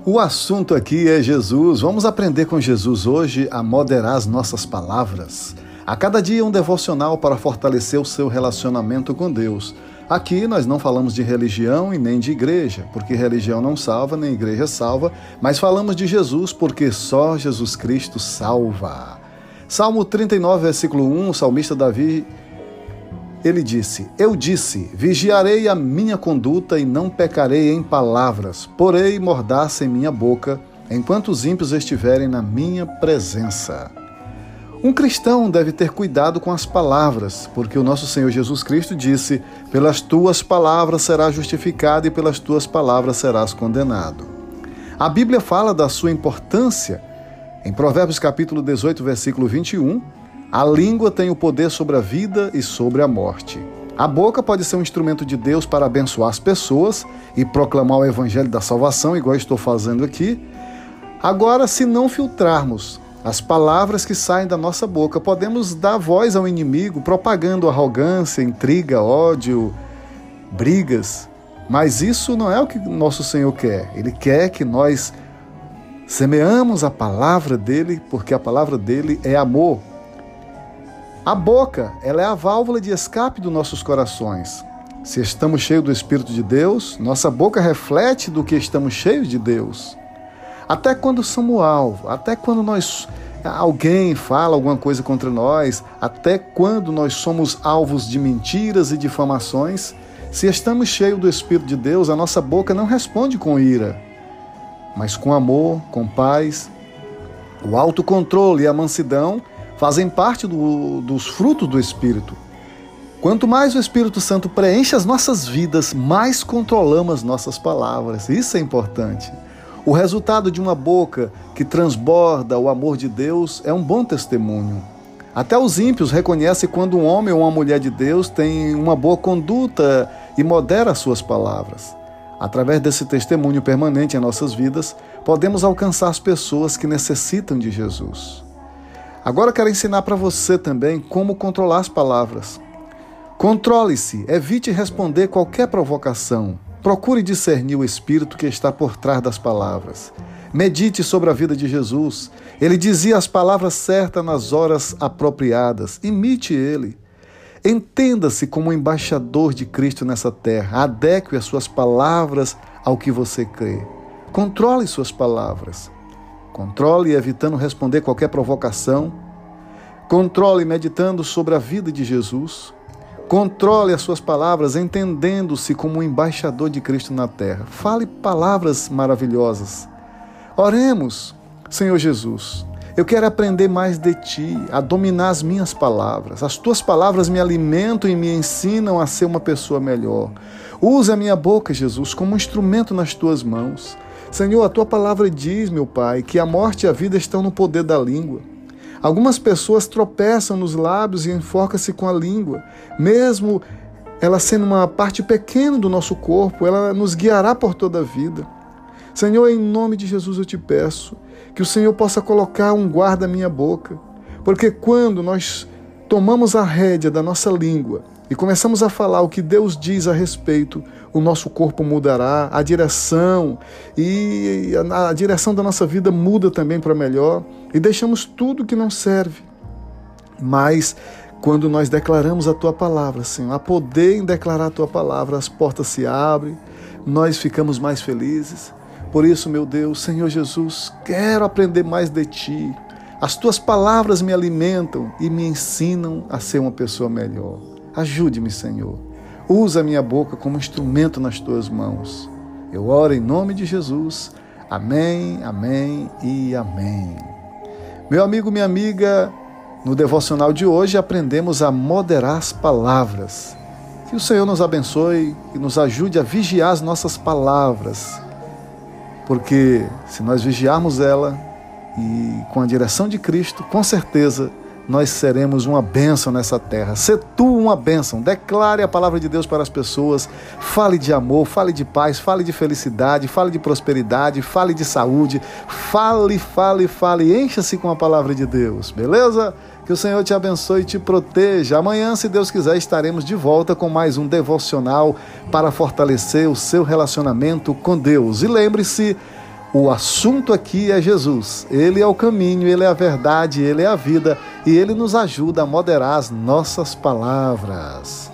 O assunto aqui é Jesus. Vamos aprender com Jesus hoje a moderar as nossas palavras. A cada dia um devocional para fortalecer o seu relacionamento com Deus. Aqui nós não falamos de religião e nem de igreja, porque religião não salva, nem igreja salva, mas falamos de Jesus, porque só Jesus Cristo salva. Salmo 39, versículo 1, o salmista Davi, ele disse: Eu disse, vigiarei a minha conduta e não pecarei em palavras, porei mordaça em minha boca, enquanto os ímpios estiverem na minha presença. Um cristão deve ter cuidado com as palavras, porque o nosso Senhor Jesus Cristo disse: pelas tuas palavras serás justificado e pelas tuas palavras serás condenado. A Bíblia fala da sua importância. Em Provérbios capítulo 18, versículo 21, a língua tem o poder sobre a vida e sobre a morte. A boca pode ser um instrumento de Deus para abençoar as pessoas e proclamar o evangelho da salvação, igual estou fazendo aqui. Agora, se não filtrarmos as palavras que saem da nossa boca, podemos dar voz ao inimigo, propagando arrogância, intriga, ódio, brigas. Mas isso não é o que nosso Senhor quer. Ele quer que nós semeamos a palavra dele, porque a palavra dele é amor. A boca, ela é a válvula de escape dos nossos corações. Se estamos cheios do Espírito de Deus, nossa boca reflete do que estamos cheios de Deus. Até quando somos alvo, até quando alguém fala alguma coisa contra nós, até quando nós somos alvos de mentiras e difamações, se estamos cheios do Espírito de Deus, a nossa boca não responde com ira, mas com amor, com paz. O autocontrole e a mansidão fazem parte dos frutos do Espírito. Quanto mais o Espírito Santo preenche as nossas vidas, mais controlamos as nossas palavras. Isso é importante. O resultado de uma boca que transborda o amor de Deus é um bom testemunho. Até os ímpios reconhecem quando um homem ou uma mulher de Deus tem uma boa conduta e modera as suas palavras. Através desse testemunho permanente em nossas vidas, podemos alcançar as pessoas que necessitam de Jesus. Agora eu quero ensinar para você também como controlar as palavras. Controle-se, evite responder qualquer provocação. Procure discernir o Espírito que está por trás das palavras. Medite sobre a vida de Jesus. Ele dizia as palavras certas nas horas apropriadas. Imite ele. Entenda-se como embaixador de Cristo nessa terra. Adeque as suas palavras ao que você crê. Controle suas palavras. Controle evitando responder qualquer provocação. Controle meditando sobre a vida de Jesus. Controle as suas palavras, entendendo-se como um embaixador de Cristo na terra. Fale palavras maravilhosas. Oremos. Senhor Jesus, eu quero aprender mais de Ti, a dominar as minhas palavras. As Tuas palavras me alimentam e me ensinam a ser uma pessoa melhor. Usa a minha boca, Jesus, como um instrumento nas Tuas mãos. Senhor, a Tua palavra diz, meu Pai, que a morte e a vida estão no poder da língua. Algumas pessoas tropeçam nos lábios e enforcam-se com a língua. Mesmo ela sendo uma parte pequena do nosso corpo, ela nos guiará por toda a vida. Senhor, em nome de Jesus eu te peço que o Senhor possa colocar um guarda à minha boca, porque quando nós tomamos a rédea da nossa língua e começamos a falar o que Deus diz a respeito, o nosso corpo mudará, a direção da nossa vida muda também para melhor e deixamos tudo que não serve. Mas quando nós declaramos a Tua palavra, Senhor, a poder em declarar a Tua palavra, as portas se abrem, nós ficamos mais felizes. Por isso, meu Deus, Senhor Jesus, quero aprender mais de Ti. As Tuas palavras me alimentam e me ensinam a ser uma pessoa melhor. Ajude-me, Senhor. Usa a minha boca como instrumento nas Tuas mãos. Eu oro em nome de Jesus. Amém, amém e amém. Meu amigo, minha amiga, no devocional de hoje aprendemos a moderar as palavras. Que o Senhor nos abençoe e nos ajude a vigiar as nossas palavras. Porque se nós vigiarmos ela e com a direção de Cristo, com certeza nós seremos uma bênção nessa terra. Sê tu uma bênção. Declare a palavra de Deus para as pessoas. Fale de amor, fale de paz, fale de felicidade, fale de prosperidade, fale de saúde. Fale. Encha-se com a palavra de Deus, beleza? Que o Senhor te abençoe e te proteja. Amanhã, se Deus quiser, estaremos de volta com mais um devocional para fortalecer o seu relacionamento com Deus. E lembre-se, O assunto aqui é Jesus. Ele é o caminho, Ele é a verdade, Ele é a vida e Ele nos ajuda a moderar as nossas palavras.